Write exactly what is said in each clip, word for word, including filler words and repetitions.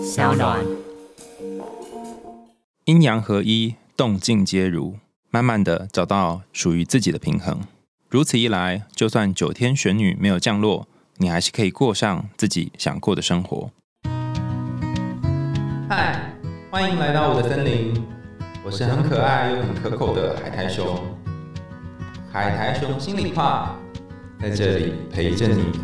小暖。 阴阳合一，动静皆如，慢慢的找到属于自己的平衡。如此一来，就算九天玄女没有降落，你还是可以过上自己想过的生活。嗨，欢迎来到我的森林，我是很可爱又很可口的海苔熊。海苔熊心里话，在这里陪着你。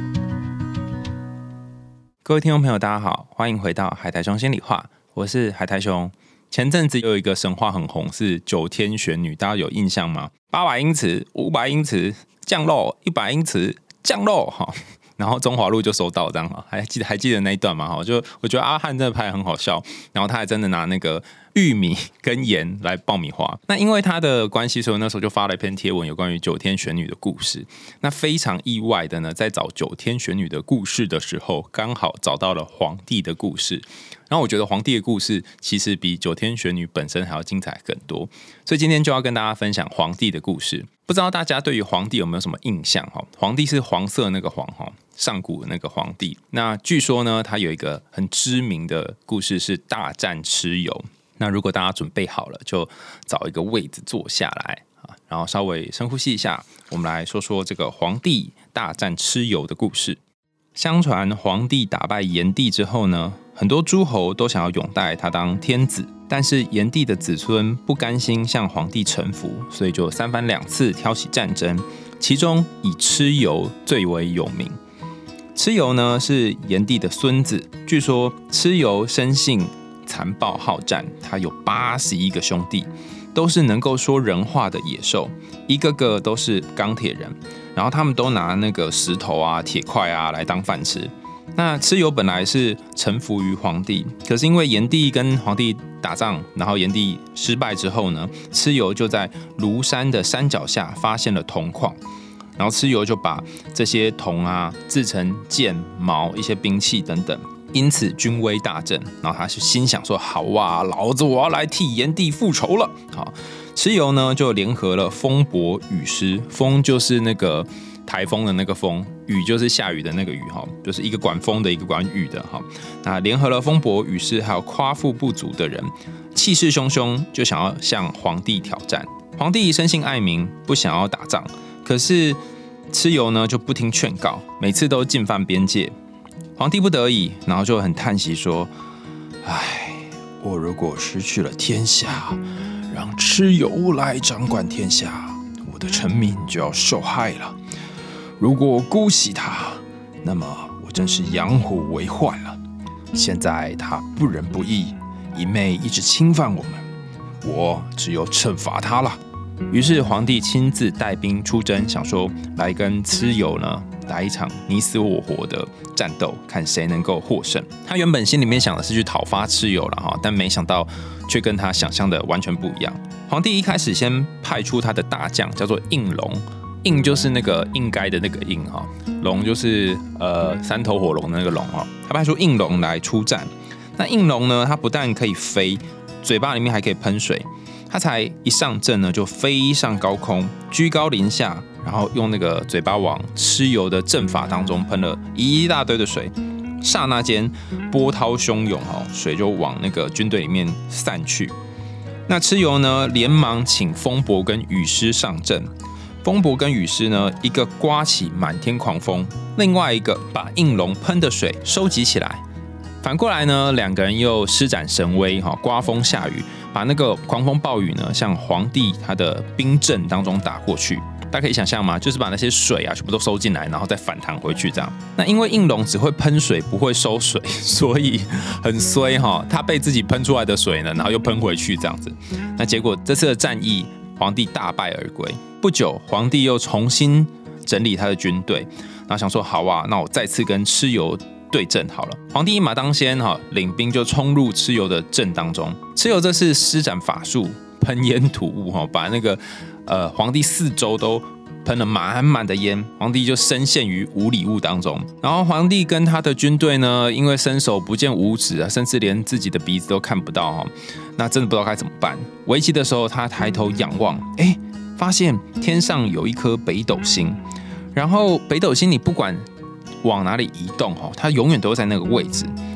各位听众朋友，大家好，欢迎回到海苔熊心里话，我是海苔熊。前阵子有一个神话很红，是九天玄女，大家有印象吗？八百英尺、五百英尺降落，一百英尺降落，哈。然后中华路就收到这样哈，还记得还记得那一段吗？哈，就我觉得阿汉真的拍得很好笑，然后他还真的拿那个玉米跟盐来爆米花。那因为他的关系，所以我那时候就发了一篇贴文，有关于九天玄女的故事。那非常意外的呢，在找九天玄女的故事的时候，刚好找到了皇帝的故事。然后我觉得皇帝的故事其实比九天玄女本身还要精彩更多，所以今天就要跟大家分享皇帝的故事。不知道大家对于皇帝有没有什么印象？皇帝是黄色那个黄，上古的那个皇帝。那据说呢，他有一个很知名的故事是大战蚩尤。那如果大家准备好了，就找一个位置坐下来，然后稍微深呼吸一下，我们来说说这个皇帝大战蚩尤的故事。相传皇帝打败炎帝之后呢，很多诸侯都想要拥戴他当天子，但是炎帝的子孙不甘心向皇帝臣服，所以就三番两次挑起战争，其中以蚩尤最为有名。蚩尤呢是炎帝的孙子，据说蚩尤生性残暴好战，他有八十一个兄弟，都是能够说人话的野兽，一个个都是钢铁人，然后他们都拿那个石头啊、铁块啊来当饭吃。那蚩尤本来是臣服于皇帝，可是因为炎帝跟皇帝打仗，然后炎帝失败之后呢，蚩尤就在庐山的山脚下发现了铜矿，然后蚩尤就把这些铜啊制成剑、矛、一些兵器等等，因此军威大振。然后他就心想说：好啊，老子我要来替炎帝复仇了。好，蚩尤呢就联合了风伯、雨师，风就是那个台风的那个风，雨就是下雨的那个雨，就是一个管风的，一个管雨的。那联合了风伯、雨师还有夸父不足的人，气势汹汹，就想要向皇帝挑战。皇帝生性爱民，不想要打仗，可是蚩尤呢就不听劝告，每次都进犯边界。皇帝不得已，然后就很叹息说：唉，我如果失去了天下，让蚩尤来掌管天下，我的臣民就要受害了。如果我姑息他，那么我真是养虎为患了。现在他不仁不义，一昧一直侵犯我们，我只有惩罚他了。于是皇帝亲自带兵出征，想说来跟蚩尤呢来一场你死我活的战斗，看谁能够获胜。他原本心里面想的是去讨伐蚩尤了，但没想到却跟他想象的完全不一样。皇帝一开始先派出他的大将，叫做应龙。应就是那个应该的那个应，龙就是呃三头火龙的那个龙。他派出应龙来出战。那应龙呢，他不但可以飞，嘴巴里面还可以喷水。他才一上阵呢，就飞上高空，居高临下，然后用那个嘴巴往蚩尤的阵法当中喷了一大堆的水。刹那间波涛汹涌，水就往那个军队里面散去。那蚩尤呢，连忙请风伯跟雨师上阵。风伯跟雨师呢，一个刮起满天狂风，另外一个把应龙喷的水收集起来。反过来呢，两个人又施展神威，刮风下雨，把那个狂风暴雨呢，向皇帝他的兵阵当中打过去。大家可以想象吗？就是把那些水啊全部都收进来，然后再反弹回去这样。那因为应龙只会喷水，不会收水，所以很衰哈。他被自己喷出来的水呢，然后又喷回去这样子。那结果这次的战役，皇帝大败而归。不久，皇帝又重新整理他的军队，然后想说：好啊，那我再次跟蚩尤对阵好了。皇帝一马当先，领兵就冲入蚩尤的阵当中。蚩尤这次施展法术，喷烟吐雾，把那个呃皇帝四周都喷了满满的烟，皇帝就深陷于无里雾当中。然后皇帝跟他的军队呢，因为伸手不见五指啊，甚至连自己的鼻子都看不到，那真的不知道该怎么办。危急的时候，他抬头仰望，哎，发现天上有一颗北斗星，然后北斗星你不管往哪里移动，它永远都在那个位置。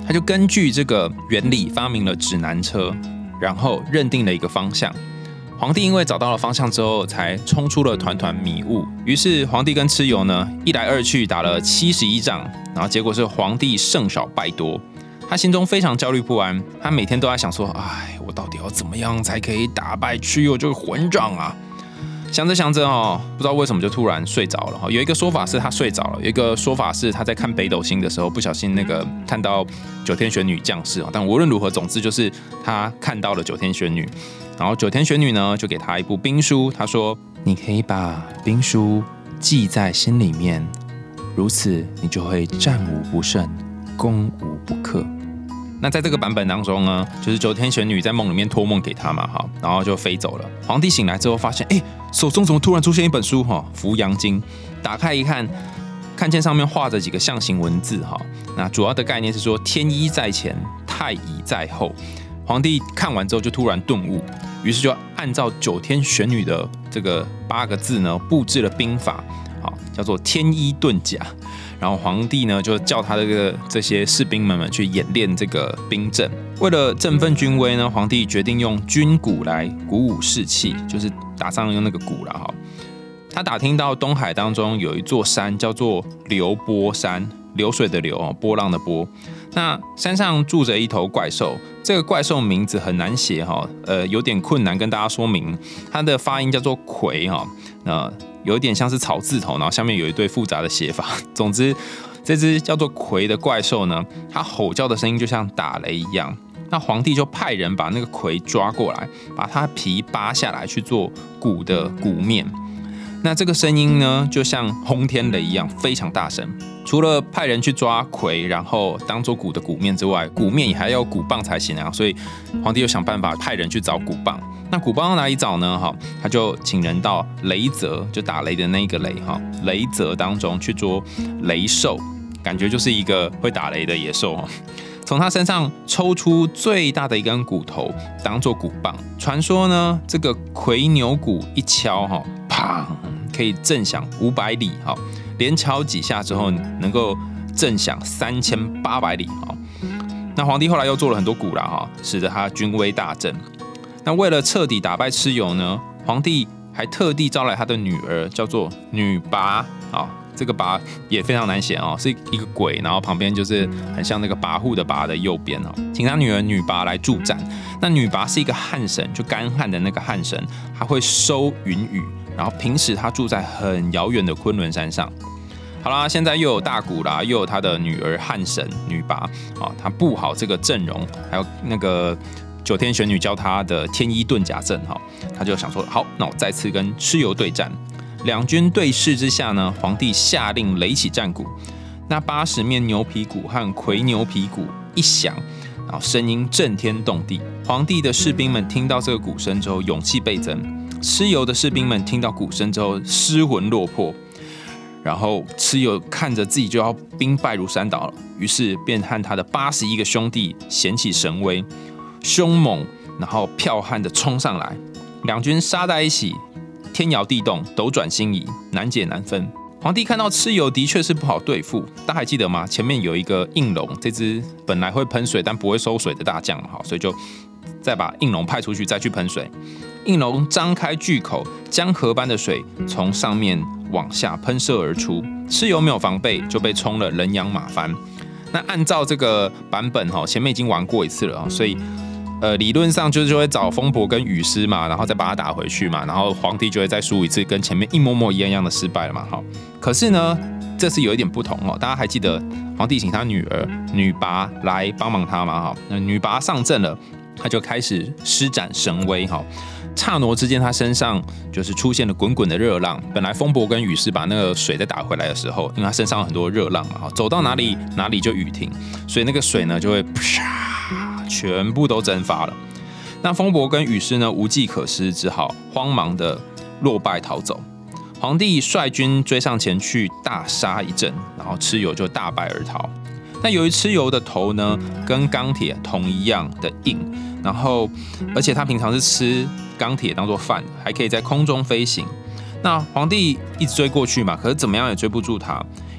他就根据这个原理发明了指南车，然后认定了一个方向。皇帝因为找到了方向之后，才冲出了团团迷雾。于是皇帝跟蚩尤呢，一来二去打了七十一仗，然后结果是皇帝胜少败多。他心中非常焦虑不安，他每天都在想说：“哎，我到底要怎么样才可以打败蚩尤这个混账啊？”想着想着哦，不知道为什么就突然睡着了。有一个说法是他睡着了，有一个说法是他在看北斗星的时候不小心那个看到九天玄女降世。但无论如何，总之就是他看到了九天玄女。然后九天玄女呢，就给他一部兵书，他说：“你可以把兵书记在心里面，如此你就会战无不胜，攻无不克。”那在这个版本当中呢，就是九天玄女在梦里面托梦给他嘛，哈，然后就飞走了。皇帝醒来之后发现，哎，手中怎么突然出现一本书哈，《扶阳经》。打开一看，看见上面画着几个象形文字哈。那主要的概念是说，天一在前，太乙在后。皇帝看完之后就突然顿悟，于是就按照九天玄女的这个八个字呢，布置了兵法，好，叫做天一遁甲。然后皇帝呢，就叫他的这个这些士兵们们去演练这个兵阵。为了振奋军威呢，皇帝决定用军鼓来鼓舞士气，就是打仗用那个鼓啦哈。他打听到东海当中有一座山叫做流波山，流水的流，波浪的波。那山上住着一头怪兽，这个怪兽名字很难写哈，呃，有点困难跟大家说明。它的发音叫做魁哈，呃，有点像是草字头，然后下面有一堆复杂的写法。总之，这只叫做魁的怪兽呢，它吼叫的声音就像打雷一样。那皇帝就派人把那个魁抓过来，把它皮扒下来去做鼓的鼓面。那这个声音呢，就像轰天雷一样，非常大声。除了派人去抓魁，然后当做鼓的鼓面之外，鼓面也还要鼓棒才行啊。所以皇帝就想办法派人去找鼓棒。那鼓棒到哪里找呢？哈，他就请人到雷泽，就打雷的那个雷哈，雷泽当中去捉雷兽，感觉就是一个会打雷的野兽哈。从他身上抽出最大的一根骨头当做鼓棒。传说呢，这个魁牛鼓一敲哈，砰，可以震响五百里哈。连敲几下之后，能够震响三千八百里哈。那皇帝后来又做了很多鼓啦哈，使得他军威大振。那为了彻底打败蚩尤呢，皇帝还特地招来他的女儿，叫做女魃啊。这个魃也非常难写哦，是一个鬼，然后旁边就是很像那个跋扈的跋的右边哦，请他女儿女魃来助战。那女魃是一个旱神，就干旱的那个旱神，她会收云雨，然后平时她住在很遥远的昆仑山上。好啦，现在又有大鼓啦，又有他的女儿旱神女魃啊，她布好这个阵容，还有那个九天玄女教她的天一遁甲阵哈，她就想说，好，那我再次跟蚩尤对战。两军对视之下呢，皇帝下令擂起战鼓。那八十面牛皮鼓和魁牛皮鼓一响，然后声音震天动地。皇帝的士兵们听到这个鼓声之后，勇气倍增；蚩尤的士兵们听到鼓声之后，失魂落魄。然后蚩尤看着自己就要兵败如山倒了，于是便和他的八十一个兄弟显起神威，凶猛，然后剽悍的冲上来。两军杀在一起。天摇地动，斗转星移，难解难分。皇帝看到蚩尤的确是不好对付，大家还记得吗？前面有一个应龙，这只本来会喷水但不会收水的大将嘛，所以就再把应龙派出去，再去喷水。应龙张开巨口，江河般的水从上面往下喷射而出，蚩尤没有防备，就被冲了人仰马翻。那按照这个版本前面已经玩过一次了，所以。呃，理论上就是就会找风伯跟雨师嘛，然后再把他打回去嘛，然后皇帝就会再输一次，跟前面一模模一样样的失败了嘛。好，可是呢，这次有一点不同哦。大家还记得皇帝请他女儿女魃来帮忙他嘛？哈，那女魃上阵了，他就开始施展神威哈。刹那之间，他身上就是出现了滚滚的热浪。本来风伯跟雨师把那个水再打回来的时候，因为他身上有很多热浪嘛，走到哪里哪里就雨停，所以那个水呢就会啪。全部都蒸发了。那风伯跟雨师呢，无计可施，只好慌忙的落败逃走。皇帝率军追上前去，大杀一阵，然后蚩尤就大败而逃。那由于蚩尤的头呢，跟钢铁铜一样的硬，然后而且他平常是吃钢铁当做饭，还可以在空中飞行。那皇帝一直追过去嘛，可是怎么样也追不住他，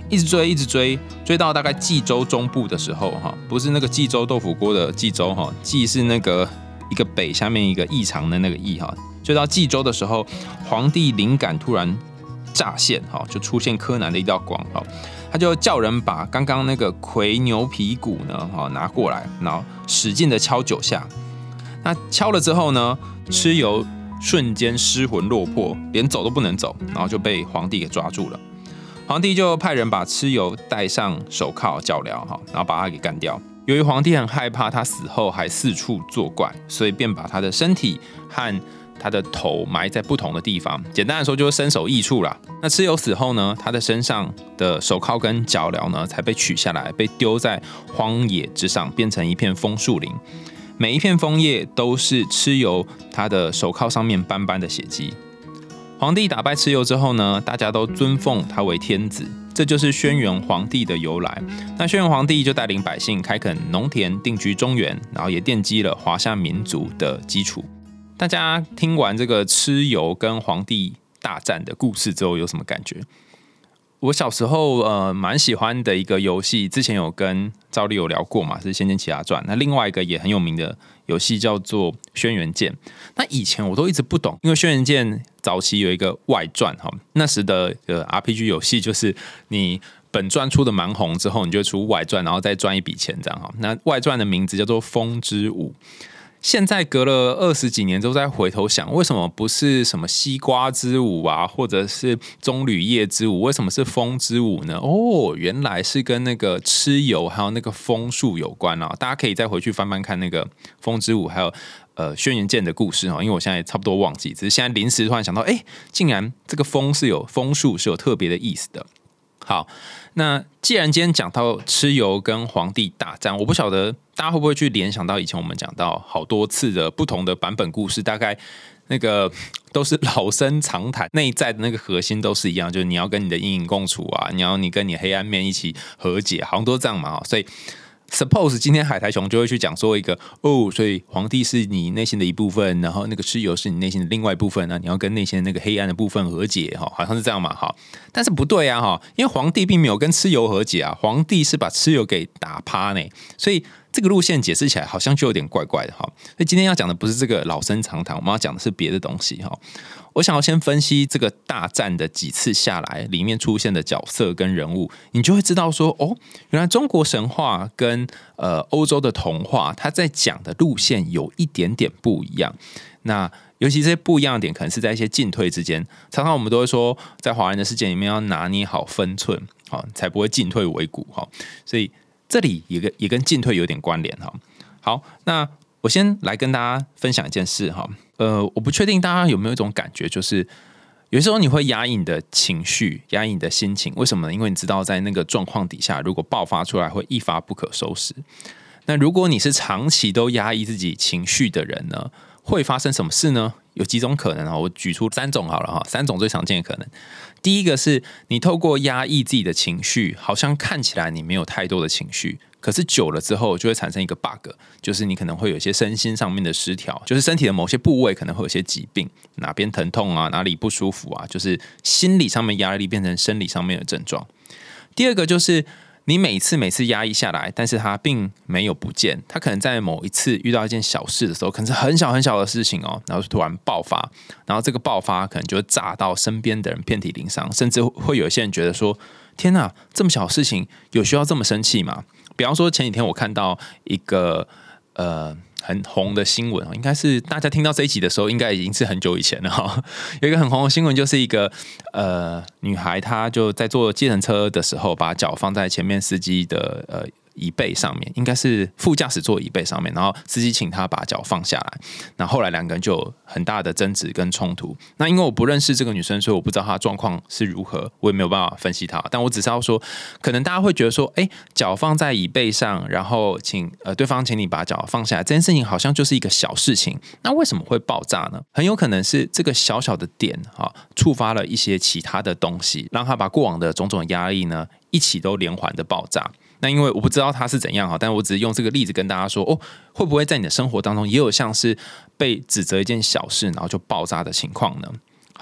一直追，一直追，追到大概冀州中部的时候，哈，不是那个冀州豆腐锅的冀州，哈，冀是那个一个北下面一个异常的那个异，哈，追到冀州的时候，皇帝灵感突然乍现，哈，就出现柯南的一道光，哈，他就叫人把刚刚那个魁牛皮鼓呢，哈，拿过来，然后使劲的敲九下。那敲了之后呢，蚩尤瞬间失魂落魄，连走都不能走，然后就被皇帝给抓住了。皇帝就派人把蚩尤戴上手铐脚镣，然后把他给干掉。由于皇帝很害怕他死后还四处作怪，所以便把他的身体和他的头埋在不同的地方。简单来说，就是身首异处啦。那蚩尤死后呢，他的身上的手铐跟脚镣呢，才被取下来，被丢在荒野之上，变成一片枫树林。每一片枫叶都是蚩尤他的手铐上面斑斑的血迹。皇帝打败蚩尤之后呢，大家都尊奉他为天子，这就是轩辕皇帝的由来。那轩辕皇帝就带领百姓开垦农田，定居中原，然后也奠基了华夏民族的基础。大家听完这个蚩尤跟皇帝大战的故事之后，有什么感觉？我小时候呃蛮喜欢的一个游戏，之前有跟赵丽有聊过嘛，是《仙剑奇侠传》。那另外一个也很有名的游戏叫做《轩辕剑》。那以前我都一直不懂，因为《轩辕剑》早期有一个外传哈，那时的呃 R P G 游戏就是你本传出的蛮红之后，你就出外传，然后再赚一笔钱这样哈。那外传的名字叫做《风之舞》。现在隔了二十几年之后再回头想，为什么不是什么西瓜之舞啊，或者是棕榈叶之舞？为什么是风之舞呢？哦，原来是跟那个蚩尤还有那个枫树有关啊！大家可以再回去翻翻看那个风之舞，还有呃轩辕剑的故事哈。因为我现在差不多忘记，只是现在临时突然想到，哎，竟然这个枫是有枫树是有特别的意思的。好，那既然今天讲到蚩尤跟皇帝大战，我不晓得大家会不会去联想到以前我们讲到好多次的不同的版本故事，大概那个都是老生常谈，内在的那个核心都是一样，就是你要跟你的阴影共处啊，你要你跟你黑暗面一起和解，好像都这样嘛。所以 suppose 今天海苔熊就会去讲说一个哦，所以皇帝是你内心的一部分，然后那个蚩尤是你内心的另外一部分呢，你要跟内心的那个黑暗的部分和解，好像是这样嘛。好，但是不对啊，因为皇帝并没有跟蚩尤和解啊，皇帝是把蚩尤给打趴呢，所以这个路线解释起来好像就有点怪怪的哈。所以今天要讲的不是这个老生常谈，我们要讲的是别的东西哈。我想要先分析这个大战的几次下来，里面出现的角色跟人物，你就会知道说，哦，原来中国神话跟呃欧洲的童话，它在讲的路线有一点点不一样。那尤其这些不一样的点，可能是在一些进退之间。常常我们都会说，在华人的世界里面要拿捏好分寸，好才不会进退维谷哈。所以这里也跟也跟进退有点关联哈。好，那我先来跟大家分享一件事哈。呃，我不确定大家有没有一种感觉，就是有时候你会压抑你的情绪，压抑你的心情，为什么呢？因为你知道在那个状况底下，如果爆发出来会一发不可收拾。那如果你是长期都压抑自己情绪的人呢，会发生什么事呢？有几种可能，我举出三种好了哈，三种最常见的可能。第一个是你透过压抑自己的情绪，好像看起来你没有太多的情绪，可是久了之后就会产生一个 bug， 就是你可能会有一些身心上面的失调，就是身体的某些部位可能会有一些疾病，哪边疼痛啊，哪里不舒服啊，就是心理上面压力变成生理上面的症状。第二个就是你每次每次压抑下来，但是它并没有不见，它可能在某一次遇到一件小事的时候，可能是很小很小的事情哦，然后突然爆发，然后这个爆发可能就会炸到身边的人遍体鳞伤，甚至会有一些人觉得说，天哪，这么小的事情有需要这么生气吗？比方说前几天我看到一个呃很红的新闻，应该是大家听到这一集的时候，应该已经是很久以前了哈。有一个很红的新闻，就是一个呃女孩，她就在坐计程车的时候，把脚放在前面司机的呃椅背上面，应该是副驾驶座椅背上面，然后司机请她把脚放下来，那后来两个人就有很大的争执跟冲突。那因为我不认识这个女生，所以我不知道她的状况是如何，我也没有办法分析她。但我只是要说，可能大家会觉得说，哎，脚放在椅背上，然后请呃对方请你把脚放下来，这件事情好像就是一个小事情，那为什么会爆炸呢？很有可能是这个小小的点啊，触发了一些其他的东西，让他把过往的种种压力呢，一起都连环的爆炸。那因为我不知道他是怎样，但我只是用这个例子跟大家说，哦，会不会在你的生活当中也有像是被指责一件小事然后就爆炸的情况呢？好，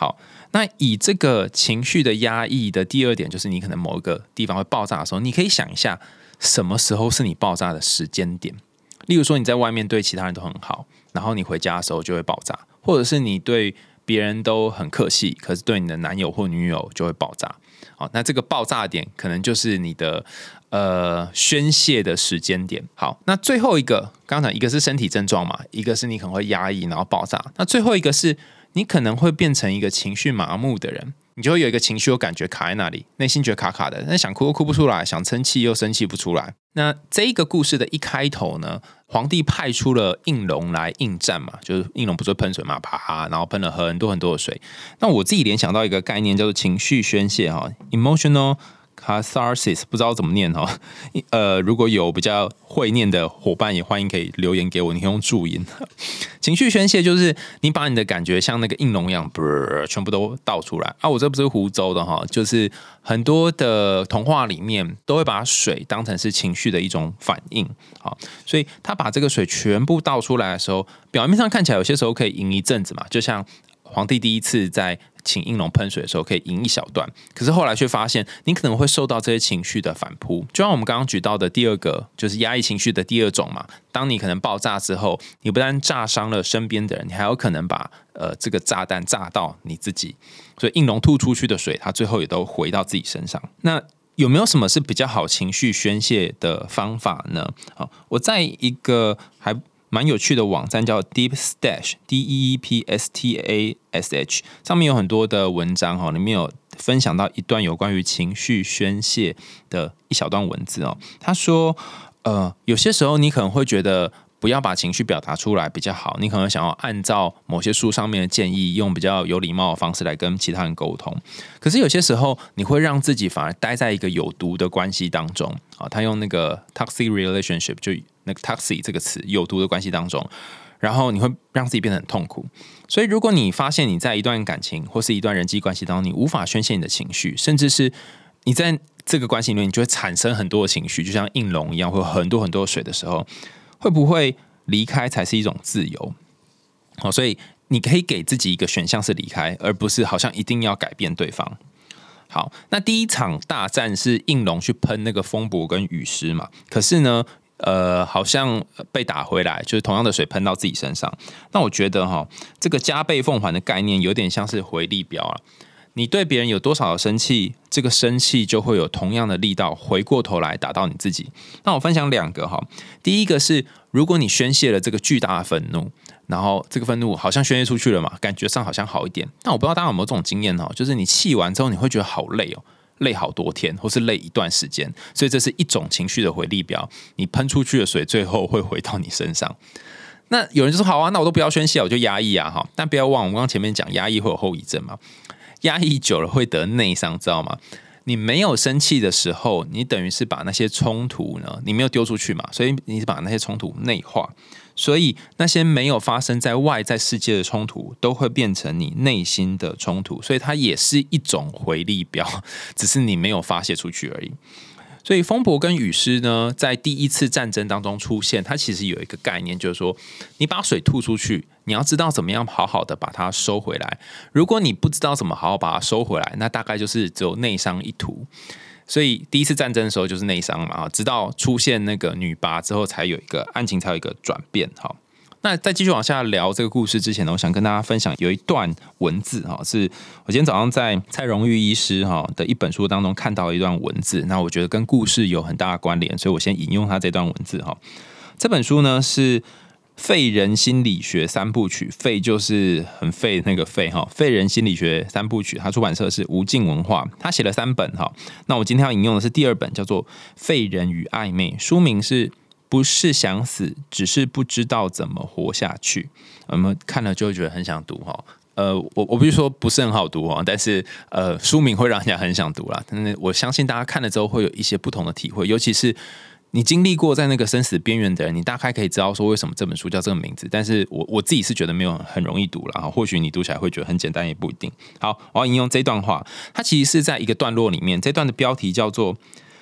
那以这个情绪的压抑的第二点，就是你可能某一个地方会爆炸的时候，你可以想一下什么时候是你爆炸的时间点。例如说你在外面对其他人都很好，然后你回家的时候就会爆炸，或者是你对别人都很客气，可是对你的男友或女友就会爆炸。好，那这个爆炸点可能就是你的呃宣泄的时间点。好，那最后一个，刚才一个是身体症状嘛，一个是你可能会压抑然后爆炸，那最后一个是你可能会变成一个情绪麻木的人，你就会有一个情绪有感觉卡在那里，内心觉得卡卡的，但想哭又哭不出来，想生气又生气不出来。那这一个故事的一开头呢，皇帝派出了应龙来应战嘛，就是应龙不是会喷水嘛，啪，然后喷了很多很多的水。那我自己联想到一个概念叫做情绪宣泄哈 ，emotional catharsis， 不知道怎么念哈。呃，如果有比较会念的伙伴，也欢迎可以留言给我，你可以用注音。情绪宣泄就是你把你的感觉像那个应龙一样，全部都倒出来啊！我这不是湖州的哈，就是很多的童话里面都会把水当成是情绪的一种反应，好，所以他把这个水全部倒出来的时候，表面上看起来有些时候可以赢一阵子嘛，就像皇帝第一次在请应龙喷水的时候可以赢一小段，可是后来却发现你可能会受到这些情绪的反扑，就像我们刚刚举到的第二个，就是压抑情绪的第二种嘛。当你可能爆炸之后，你不但炸伤了身边的人，你还有可能把呃这个炸弹炸到你自己。所以应龙吐出去的水，它最后也都回到自己身上。那有没有什么是比较好情绪宣泄的方法呢？好，我在一个还蛮有趣的网站叫 Deep Stash D E E P S T A S H 上面有很多的文章哈，里面有分享到一段有关于情绪宣泄的一小段文字哦。他说，呃，有些时候你可能会觉得不要把情绪表达出来比较好，你可能想要按照某些书上面的建议，用比较有礼貌的方式来跟其他人沟通。可是有些时候你会让自己反而待在一个有毒的关系当中啊。他用那个 toxic relationship 就那个 toxic 这个词，有毒的关系当中，然后你会让自己变得很痛苦。所以如果你发现你在一段感情或是一段人际关系当中，你无法宣泄你的情绪，甚至是你在这个关系里面你就会产生很多的情绪，就像应龙一样，会有很多很多水的时候，会不会离开才是一种自由？好，所以你可以给自己一个选项是离开，而不是好像一定要改变对方。好，那第一场大战是应龙去喷那个风伯跟雨师嘛，可是呢呃，好像被打回来，就是同样的水喷到自己身上。那我觉得哈，这个加倍奉还的概念有点像是回力镖啊。你对别人有多少的生气，这个生气就会有同样的力道回过头来打到你自己。那我分享两个哈，第一个是如果你宣泄了这个巨大的愤怒，然后这个愤怒好像宣泄出去了嘛，感觉上好像好一点。但我不知道大家有没有这种经验哈，就是你气完之后你会觉得好累哦。累好多天，或是累一段时间，所以这是一种情绪的回力镖。你喷出去的水，最后会回到你身上。那有人就说：“好啊，那我都不要宣泄，我就压抑啊。”哈，但不要忘，我们刚刚前面讲压抑会有后遗症嘛，压抑久了会得内伤，知道吗？你没有生气的时候，你等于是把那些冲突呢，你没有丢出去嘛，所以你是把那些冲突内化。所以那些没有发生在外在世界的冲突，都会变成你内心的冲突，所以它也是一种回力镖，只是你没有发泄出去而已。所以风伯跟雨师呢，在第一次战争当中出现，它其实有一个概念，就是说，你把水吐出去，你要知道怎么样好好的把它收回来。如果你不知道怎么好好把它收回来，那大概就是只有内伤一途。所以第一次战争的时候就是内伤嘛，直到出现那个女拔之后，才有一个案情才有一个转变。好，那在继续往下聊这个故事之前呢，我想跟大家分享有一段文字哈，是我今天早上在蔡荣玉医师哈的一本书当中看到的一段文字，那我觉得跟故事有很大的关联，所以我先引用他这段文字哈。这本书呢是废人心理学三部曲，废就是很废那个废哈，废人心理学三部曲，它出版社是无尽文化，他写了三本哈。那我今天要引用的是第二本，叫做《废人与暧昧》，书名是不是想死，只是不知道怎么活下去。我们看了就会觉得很想读哈。呃，我我不是说不是很好读哦，但是呃，书名会让人家很想读啦。但是我相信大家看了之后会有一些不同的体会，尤其是你经历过在那个生死边缘的人，你大概可以知道说为什么这本书叫这个名字。但是我我自己是觉得没有很容易读啦，或许你读起来会觉得很简单，也不一定。好，我要引用这段话，它其实是在一个段落里面，这段的标题叫做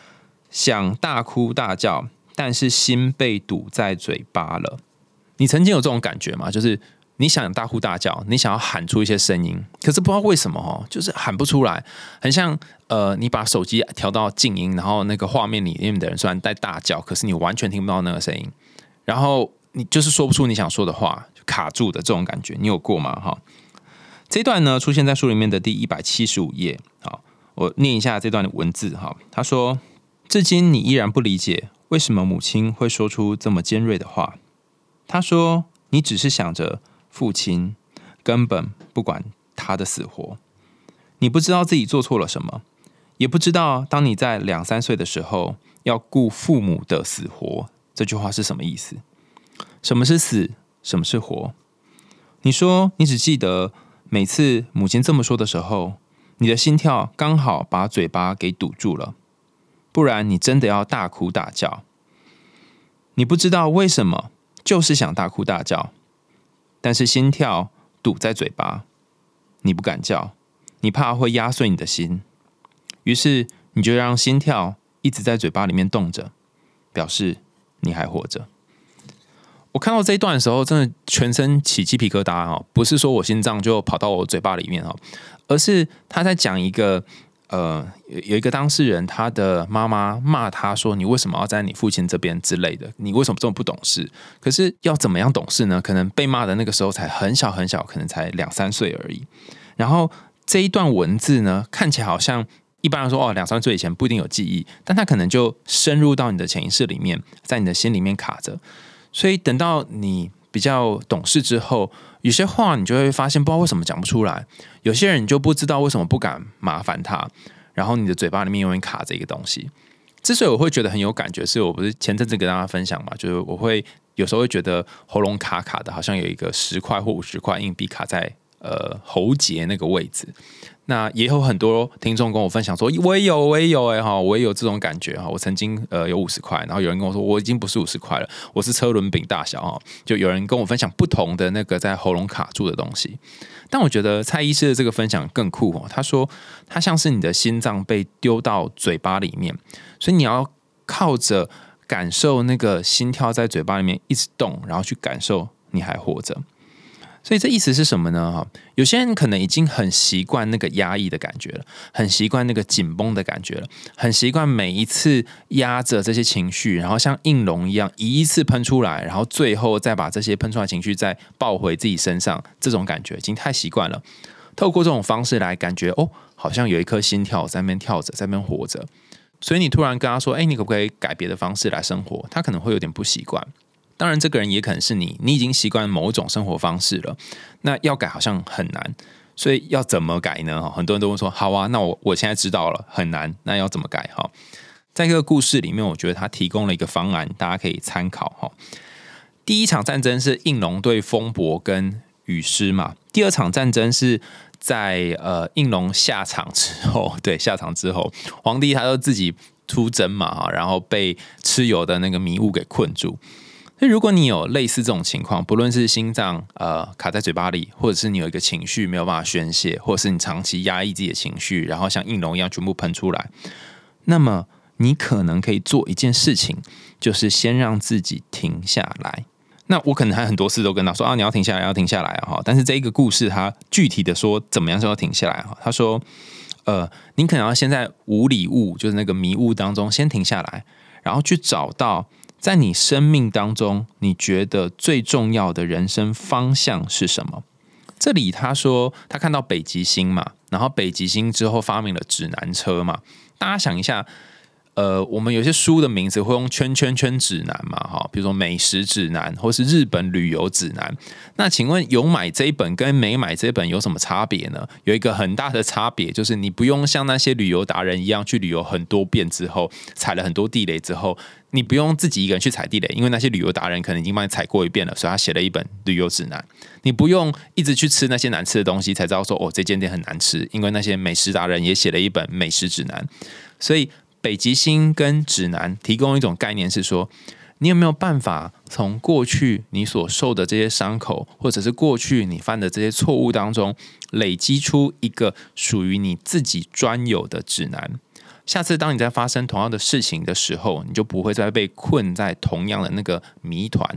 “想大哭大叫，但是心被堵在嘴巴了”。你曾经有这种感觉吗？就是你想大呼大叫，你想要喊出一些声音，可是不知道为什么哦，就是喊不出来，很像呃，你把手机调到静音，然后那个画面里面的人虽然在大叫，可是你完全听不到那个声音，然后你就是说不出你想说的话，就卡住的这种感觉，你有过吗？哈，这一段呢出现在书里面的第一百七十五页。好，我念一下这段的文字哈。他说：“至今你依然不理解为什么母亲会说出这么尖锐的话。他说，你只是想着。”父亲根本不管他的死活，你不知道自己做错了什么，也不知道当你在两三岁的时候要顾父母的死活，这句话是什么意思？什么是死？什么是活？你说你只记得每次母亲这么说的时候，你的心跳刚好把嘴巴给堵住了，不然你真的要大哭大叫。你不知道为什么，就是想大哭大叫。但是心跳堵在嘴巴，你不敢叫，你怕会压碎你的心，于是你就让心跳一直在嘴巴里面动着，表示你还活着。我看到这一段的时候，真的全身起鸡皮疙瘩哦，不是说我心脏就跑到我嘴巴里面哦，而是他在讲一个呃，有一个当事人，他的妈妈骂他说：“你为什么要在你父亲这边之类的？你为什么这么不懂事？”可是要怎么样懂事呢？可能被骂的那个时候才很小很小，可能才两三岁而已。然后这一段文字呢，看起来好像一般来说哦，两三岁以前不一定有记忆，但它可能就深入到你的潜意识里面，在你的心里面卡着。所以等到你比较懂事之后，有些话你就会发现不知道为什么讲不出来，有些人你就不知道为什么不敢麻烦他，然后你的嘴巴里面永远卡着一个东西。之所以我会觉得很有感觉，是我不是前阵子跟大家分享嘛，就是我会有时候会觉得喉咙卡卡的，好像有一个十块或五十块硬币卡在呃喉结那个位置。那也有很多听众跟我分享说，我也有，我也有哎哈，我也有这种感觉哈。我曾经呃有五十块，然后有人跟我说，我已经不是五十块了，我是车轮饼大小哈。就有人跟我分享不同的那个在喉咙卡住的东西。但我觉得蔡医师的这个分享更酷哦。他说，他像是你的心脏被丢到嘴巴里面，所以你要靠着感受那个心跳在嘴巴里面一直动，然后去感受你还活着。所以这意思是什么呢？有些人可能已经很习惯那个压抑的感觉了，很习惯那个紧绷的感觉了，很习惯每一次压着这些情绪，然后像应龙一样一一次喷出来，然后最后再把这些喷出来的情绪再抱回自己身上，这种感觉已经太习惯了。透过这种方式来感觉哦，好像有一颗心跳在那边跳着，在那边活着。所以你突然跟他说：“哎，你可不可以改别的方式来生活？”他可能会有点不习惯。当然，这个人也可能是你，你已经习惯某种生活方式了，那要改好像很难，所以要怎么改呢？很多人都会说：“好啊，那我我现在知道了，很难，那要怎么改？”哈，在这个故事里面，我觉得他提供了一个方案，大家可以参考哈。第一场战争是应龙对风伯跟雨师嘛，第二场战争是在呃应龙下场之后，对，下场之后，皇帝他就自己出征嘛，然后被蚩尤的那个迷雾给困住。所以如果你有类似这种情况，不论是心脏呃卡在嘴巴里，或者是你有一个情绪没有办法宣泄，或者是你长期压抑自己的情绪，然后像应龙一样全部喷出来，那么你可能可以做一件事情，就是先让自己停下来。那我可能还很多次都跟他说啊，你要停下来，要停下来啊！但是这一个故事，他具体的说怎么样就要停下来哈。他说，呃，你可能要先在无里雾，就是那个迷雾当中先停下来，然后去找到。在你生命当中，你觉得最重要的人生方向是什么？这里他说他看到北极星嘛，然后北极星之后发明了指南车嘛。大家想一下，呃，我们有些书的名字会用圈圈圈指南嘛，哈，比如说美食指南或是日本旅游指南。那请问有买这一本跟没买这一本有什么差别呢？有一个很大的差别，就是你不用像那些旅游达人一样去旅游很多遍之后，踩了很多地雷之后。你不用自己一个人去踩地雷，因为那些旅游达人可能已经帮你踩过一遍了，所以他写了一本旅游指南。你不用一直去吃那些难吃的东西才知道说哦这间店很难吃，因为那些美食达人也写了一本美食指南。所以北极星跟指南提供一种概念是说，你有没有办法从过去你所受的这些伤口，或者是过去你犯的这些错误当中，累积出一个属于你自己专有的指南？下次当你在发生同样的事情的时候，你就不会再被困在同样的那个谜团，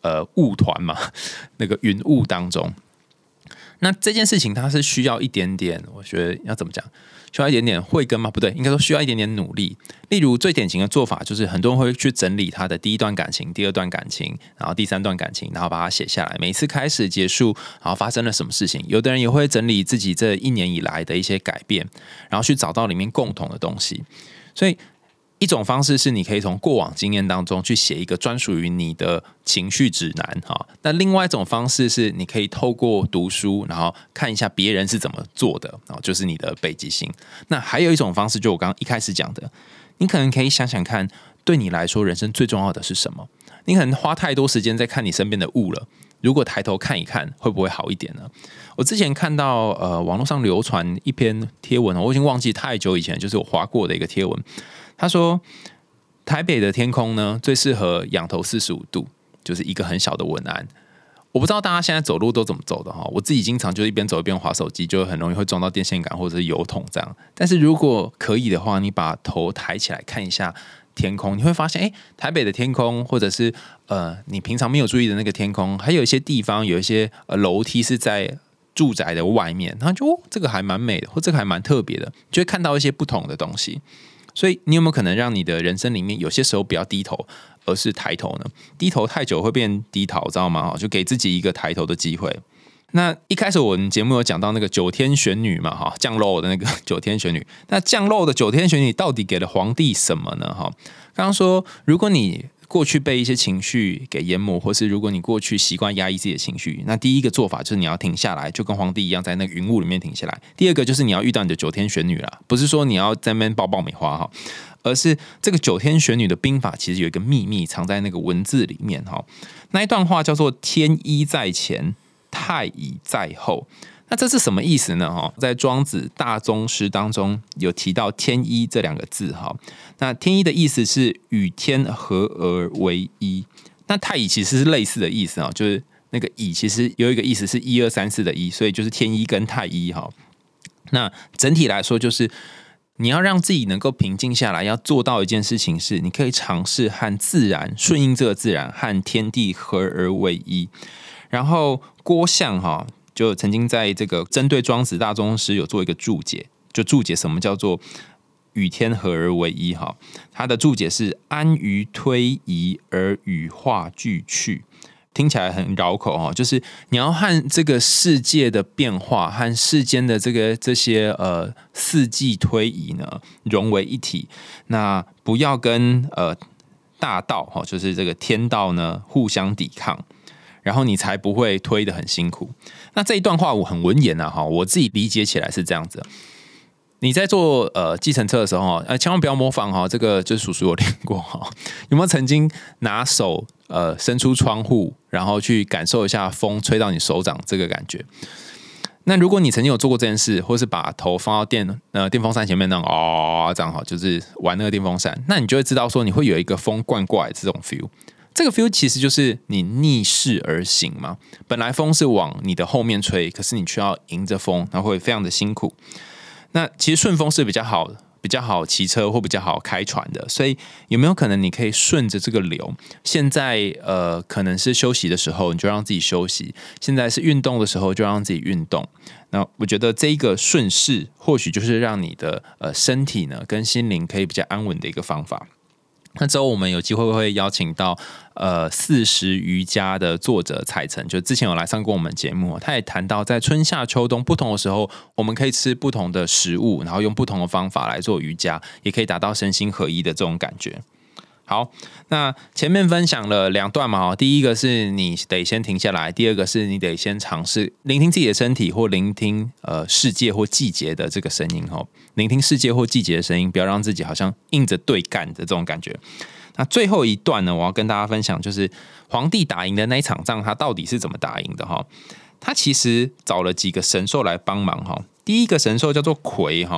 呃雾团嘛，那个云雾当中。那这件事情它是需要一点点，我觉得要怎么讲，需要一点点慧根吗？不对，应该说需要一点点努力。例如最典型的做法就是很多人会去整理他的第一段感情、第二段感情，然后第三段感情，然后把它写下来，每一次开始结束，然后发生了什么事情。有的人也会整理自己这一年以来的一些改变，然后去找到里面共同的东西。所以一种方式是你可以从过往经验当中去写一个专属于你的情绪指南哈。那另外一种方式是你可以透过读书，然后看一下别人是怎么做的，就是你的北极星。那还有一种方式，就我刚刚一开始讲的，你可能可以想想看，对你来说人生最重要的是什么？你可能花太多时间在看你身边的物了，如果抬头看一看，会不会好一点呢？我之前看到呃网络上流传一篇贴文，我已经忘记太久以前，就是我滑过的一个贴文。他说，台北的天空呢，最适合仰头四十五度，就是一个很小的文案。我不知道大家现在走路都怎么走的哈，我自己经常就一边走一边滑手机，就很容易会撞到电线杆或者是油桶这样。但是如果可以的话，你把头抬起来看一下天空，你会发现，哎，台北的天空，或者是呃你平常没有注意的那个天空，还有一些地方有一些呃楼梯是在住宅的外面，然后就、哦、这个还蛮美的，或这个还蛮特别的，就会看到一些不同的东西。所以你有没有可能让你的人生里面有些时候不要低头，而是抬头呢？低头太久会变低头，知道吗？就给自己一个抬头的机会。那一开始我们节目有讲到那个九天玄女嘛，哈，降肉的那个九天玄女。那降肉的九天玄女到底给了皇帝什么呢？哈，刚刚说，如果你过去被一些情绪给淹没，或是如果你过去习惯压抑自己的情绪，那第一个做法就是你要停下来，就跟皇帝一样，在那个云雾里面停下来。第二个就是你要遇到你的九天玄女啦，不是说你要在那边爆爆米花哈，而是这个九天玄女的兵法其实有一个秘密藏在那个文字里面哈。那一段话叫做“天一在前，太乙在后”。那这是什么意思呢？在庄子大宗师当中有提到天一这两个字。那天一的意思是与天合而为一，那太乙其实是类似的意思，就是那个乙其实有一个意思是一二三四的一，所以就是天一跟太一。那整体来说就是你要让自己能够平静下来，要做到一件事情是你可以尝试和自然顺应这个自然，和天地合而为一。然后郭象哈就曾经在这个针对庄子大宗师有做一个注解，就注解什么叫做与天合而为一哈。他的注解是安于推移而与化俱去，听起来很绕口哈，就是你要和这个世界的变化和世间的这个这些呃四季推移呢融为一体，那不要跟呃大道哈，就是这个天道呢互相抵抗。然后你才不会推得很辛苦。那这一段话我很文言啊，我自己理解起来是这样子。你在坐呃计程车的时候，呃，千万不要模仿哈，这个就是叔叔有练过哈。有没有曾经拿手呃伸出窗户，然后去感受一下风吹到你手掌这个感觉？那如果你曾经有做过这件事，或是把头放到电呃电风扇前面那种哦这样哈，就是玩那个电风扇，那你就会知道说你会有一个风灌过来这种 feel。这个 feel 其实就是你逆势而行嘛，本来风是往你的后面吹，可是你却要迎着风，然后会非常的辛苦。那其实顺风是比较好比较好骑车或比较好开船的，所以有没有可能你可以顺着这个流？现在呃可能是休息的时候，你就让自己休息；现在是运动的时候，就让自己运动。那我觉得这一个顺势，或许就是让你的呃身体呢跟心灵可以比较安稳的一个方法。那之后我们有机会会邀请到呃四时瑜伽的作者彩晨，就之前有来上过我们节目，他也谈到在春夏秋冬不同的时候，我们可以吃不同的食物，然后用不同的方法来做瑜伽，也可以达到身心合一的这种感觉。好，那前面分享了两段嘛，第一个是你得先停下来，第二个是你得先尝试聆听自己的身体，或聆听呃世界或季节的这个声音哈，聆听世界或季节的声音，不要让自己好像硬着对干的这种感觉。那最后一段呢，我要跟大家分享，就是皇帝打赢的那一场仗，他到底是怎么打赢的哈？他其实找了几个神兽来帮忙哈。第一个神兽叫做魁哈。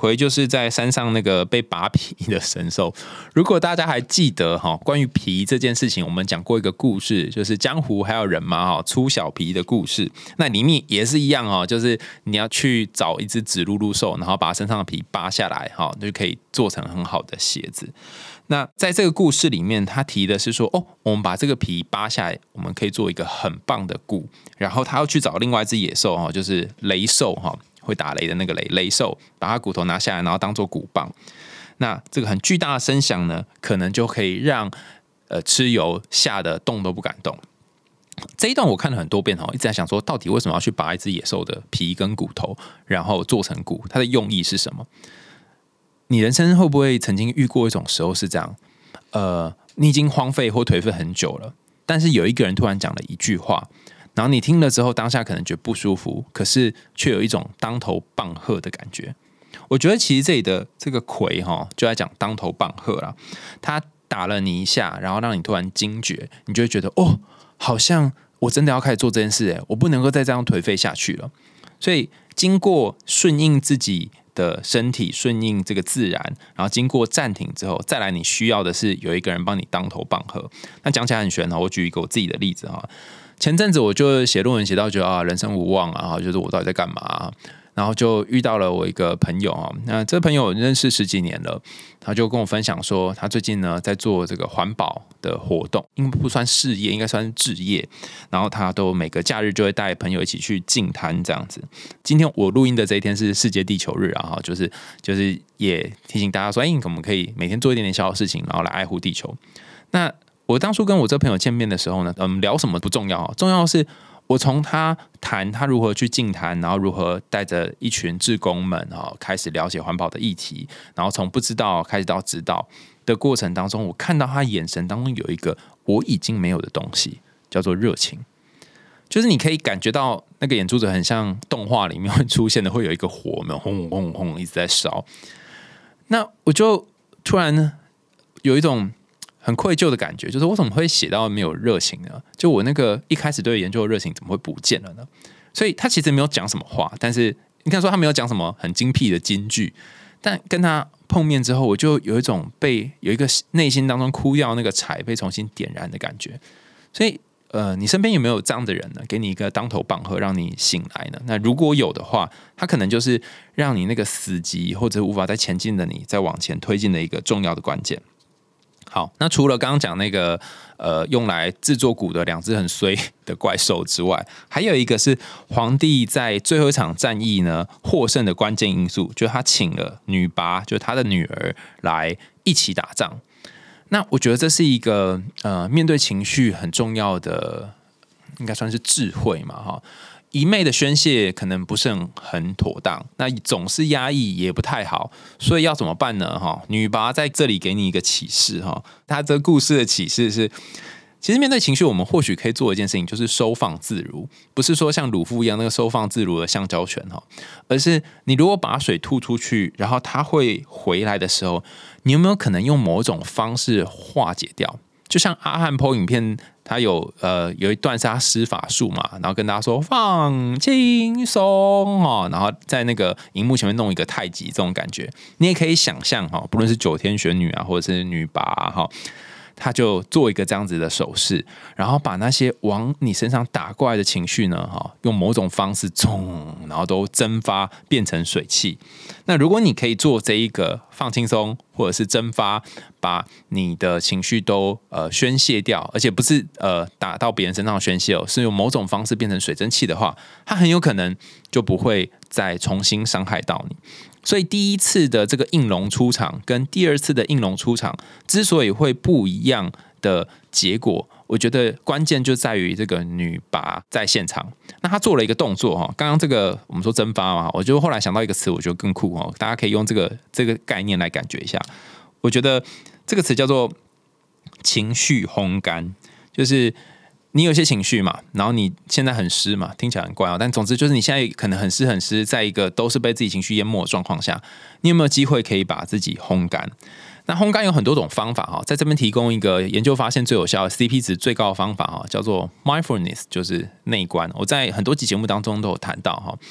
魁就是在山上那个被拔皮的神兽。如果大家还记得哈，关于皮这件事情，我们讲过一个故事，就是江湖还有人嘛哈，出小皮的故事。那里面也是一样哦，就是你要去找一只紫露露兽，然后把身上的皮扒下来哈，就可以做成很好的鞋子。那在这个故事里面，他提的是说，哦，我们把这个皮扒下来，我们可以做一个很棒的鼓。然后他要去找另外一只野兽哈，就是雷兽哈，会打雷的那个雷雷兽，把它骨头拿下来，然后当做鼓棒。那这个很巨大的声响呢，可能就可以让呃蚩尤吓得动都不敢动。这一段我看了很多遍哦，一直在想说，到底为什么要去拔一只野兽的皮跟骨头，然后做成鼓？它的用意是什么？你人生会不会曾经遇过一种时候是这样？呃，你已经荒废或颓废很久了，但是有一个人突然讲了一句话，然后你听了之后，当下可能觉得不舒服，可是却有一种当头棒喝的感觉。我觉得其实这里的这个魁哈，就在讲当头棒喝啦。他打了你一下，然后让你突然惊觉，你就会觉得哦，好像我真的要开始做这件事哎，我不能够再这样颓废下去了。所以经过顺应自己的身体，顺应这个自然，然后经过暂停之后，再来你需要的是有一个人帮你当头棒喝。那讲起来很玄，我举一个我自己的例子哈。前阵子我就写论文写到觉得啊人生无望啊，就是我到底在干嘛啊？然后就遇到了我一个朋友啊，那这个朋友我认识十几年了，他就跟我分享说，他最近呢在做这个环保的活动，应该不算事业，应该算是志业。然后他都每个假日就会带朋友一起去净滩这样子。今天我录音的这一天是世界地球日啊，就是就是也提醒大家说，哎，我们可以每天做一点点小小事情，然后来爱护地球。那我当初跟我这朋友见面的时候呢，嗯，聊什么不重要，重要的是我从他谈他如何去净滩，然后如何带着一群志工们开始了解环保的议题，然后从不知道开始到知道的过程当中，我看到他眼神当中有一个我已经没有的东西，叫做热情。就是你可以感觉到那个眼珠子很像动画里面会出现的，会有一个火没有轰轰轰一直在烧。那我就突然有一种很愧疚的感觉，就是我怎么会写到没有热情呢？就我那个一开始对研究的热情怎么会不见了呢？所以他其实没有讲什么话，但是你看说他没有讲什么很精辟的金句，但跟他碰面之后，我就有一种被有一个内心当中枯掉那个柴被重新点燃的感觉。所以呃，你身边有没有这样的人呢？给你一个当头棒喝，让你醒来呢？那如果有的话，他可能就是让你那个死寂或者无法再前进的你，再往前推进的一个重要的关键。好，那除了刚刚讲那个呃用来制作鼓的两只很衰的怪兽之外，还有一个是皇帝在最后一场战役呢获胜的关键因素，就是他请了女拔，就是他的女儿来一起打仗。那我觉得这是一个呃面对情绪很重要的，应该算是智慧嘛哈。一昧的宣泄可能不是很很妥当，那总是压抑也不太好，所以要怎么办呢？哈，女拔在这里给你一个启示哈，她这故事的启示是，其实面对情绪，我们或许可以做一件事情，就是收放自如，不是说像鲁夫一样那个收放自如的橡胶拳哈，而是你如果把水吐出去，然后它会回来的时候，你有没有可能用某种方式化解掉？就像阿汉 po 影片，他有呃有一段是他施法术嘛，然后跟大家说放轻松哦，然后在那个荧幕前面弄一个太极这种感觉，你也可以想象哈，不论是九天玄女啊，或者是女拔哈。他就做一个这样子的手势，然后把那些往你身上打过来的情绪呢，用某种方式冲，然后都蒸发变成水汽。那如果你可以做这一个放轻松，或者是蒸发，把你的情绪都呃宣泄掉，而且不是呃打到别人身上宣泄哦，是用某种方式变成水蒸气的话，它很有可能就不会再重新伤害到你。所以第一次的这个应龙出场跟第二次的应龙出场之所以会不一样的结果，我觉得关键就在于这个女拔在现场。那她做了一个动作，刚刚这个我们说蒸发嘛，我就后来想到一个词，我觉得更酷，大家可以用这个这个概念来感觉一下。我觉得这个词叫做情绪烘干，就是你有些情绪嘛，然后你现在很湿嘛，听起来很怪哦，但总之就是你现在可能很湿很湿，在一个都是被自己情绪淹没的状况下，你有没有机会可以把自己烘干？那烘干有很多种方法哈，在这边提供一个研究发现最有效、C P 值最高的方法哈，叫做 mindfulness， 就是内观。我在很多集节目当中都有谈到哈。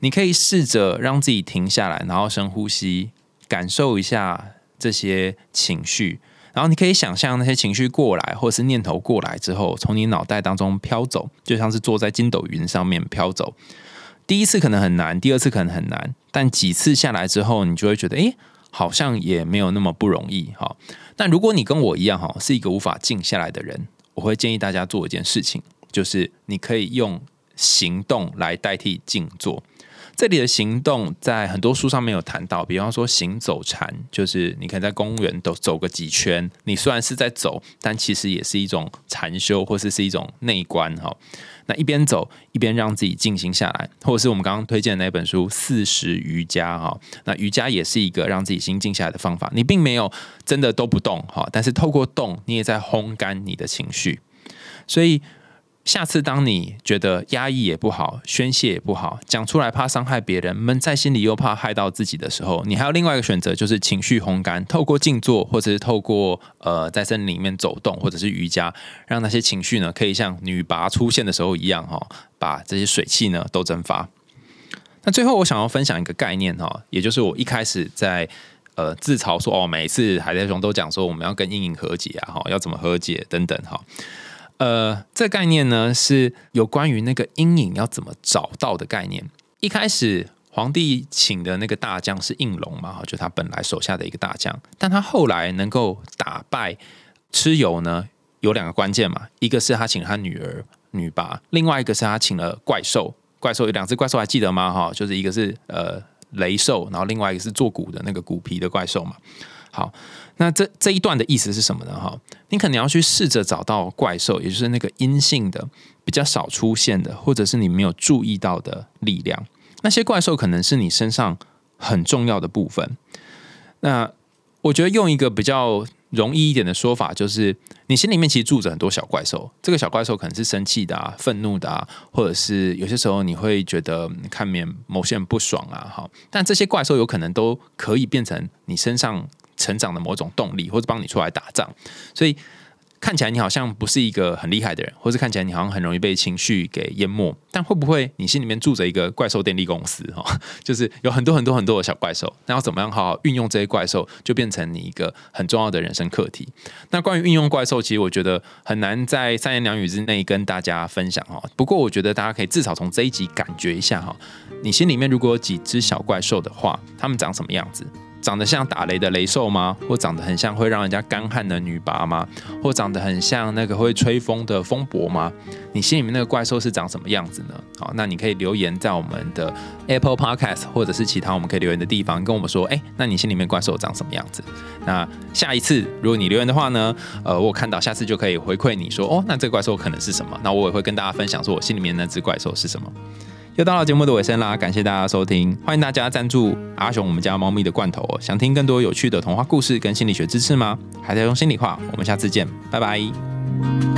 你可以试着让自己停下来，然后深呼吸，感受一下这些情绪，然后你可以想象那些情绪过来，或者是念头过来之后，从你脑袋当中飘走，就像是坐在筋斗云上面飘走。第一次可能很难，第二次可能很难，但几次下来之后，你就会觉得，哎，好像也没有那么不容易。好，那如果你跟我一样是一个无法静下来的人，我会建议大家做一件事情，就是你可以用行动来代替静坐。这里的行动在很多书上面有谈到，比方说行走禅，就是你可以在公园都走个几圈，你虽然是在走，但其实也是一种禅修，或是是一种内观。那一边走一边让自己静心下来，或者是我们刚刚推荐的那本书四时瑜伽，那瑜伽也是一个让自己心静下来的方法。你并没有真的都不动，但是透过动你也在烘干你的情绪。所以下次当你觉得压抑也不好，宣泄也不好，讲出来怕伤害别人，闷在心里又怕害到自己的时候，你还有另外一个选择，就是情绪烘干，透过静坐，或者是透过呃在森林里面走动，或者是瑜伽，让那些情绪呢可以像女拔出现的时候一样，把这些水汽呢都蒸发。那最后我想要分享一个概念，也就是我一开始在呃自嘲说哦，每一次海苔熊都讲说我们要跟阴影和解啊，要怎么和解等等哈。呃，这个概念呢是有关于那个阴影要怎么找到的概念。一开始皇帝请的那个大将是应龙嘛，就他本来手下的一个大将，但他后来能够打败蚩尤呢，有两个关键嘛，一个是他请他女儿女拔，另外一个是他请了怪兽。怪兽有两只怪兽还记得吗？就是一个是呃雷兽，然后另外一个是做骨的那个骨皮的怪兽嘛。好，那这这一段的意思是什么呢？你可能要去试着找到怪兽，也就是那个阴性的、比较少出现的，或者是你没有注意到的力量。那些怪兽可能是你身上很重要的部分。那我觉得用一个比较容易一点的说法，就是你心里面其实住着很多小怪兽。这个小怪兽可能是生气的啊、愤怒的啊，或者是有些时候你会觉得看免某些人不爽啊。但这些怪兽有可能都可以变成你身上成长的某种动力，或者帮你出来打仗。所以看起来你好像不是一个很厉害的人，或是看起来你好像很容易被情绪给淹没，但会不会你心里面住着一个怪兽电力公司，就是有很多很多很多的小怪兽，那要怎么样好好运用这些怪兽，就变成你一个很重要的人生课题。那关于运用怪兽，其实我觉得很难在三言两语之内跟大家分享。不过我觉得大家可以至少从这一集感觉一下，你心里面如果有几只小怪兽的话，它们长什么样子？长得像打雷的雷兽吗？或长得很像会让人家干旱的女拔吗？或长得很像那个会吹风的风伯吗？你心里面那个怪兽是长什么样子呢？好，那你可以留言在我们的 Apple Podcast 或者是其他我们可以留言的地方，跟我们说，哎，那你心里面怪兽长什么样子？那下一次如果你留言的话呢，呃，我看到下次就可以回馈你说，哦，那这个怪兽可能是什么？那我也会跟大家分享说我心里面那只怪兽是什么。又到了节目的尾声啦，感谢大家收听，欢迎大家赞助阿雄我们家猫咪的罐头哦。想听更多有趣的童话故事跟心理学知识吗？海苔熊心里话，我们下次见，拜拜。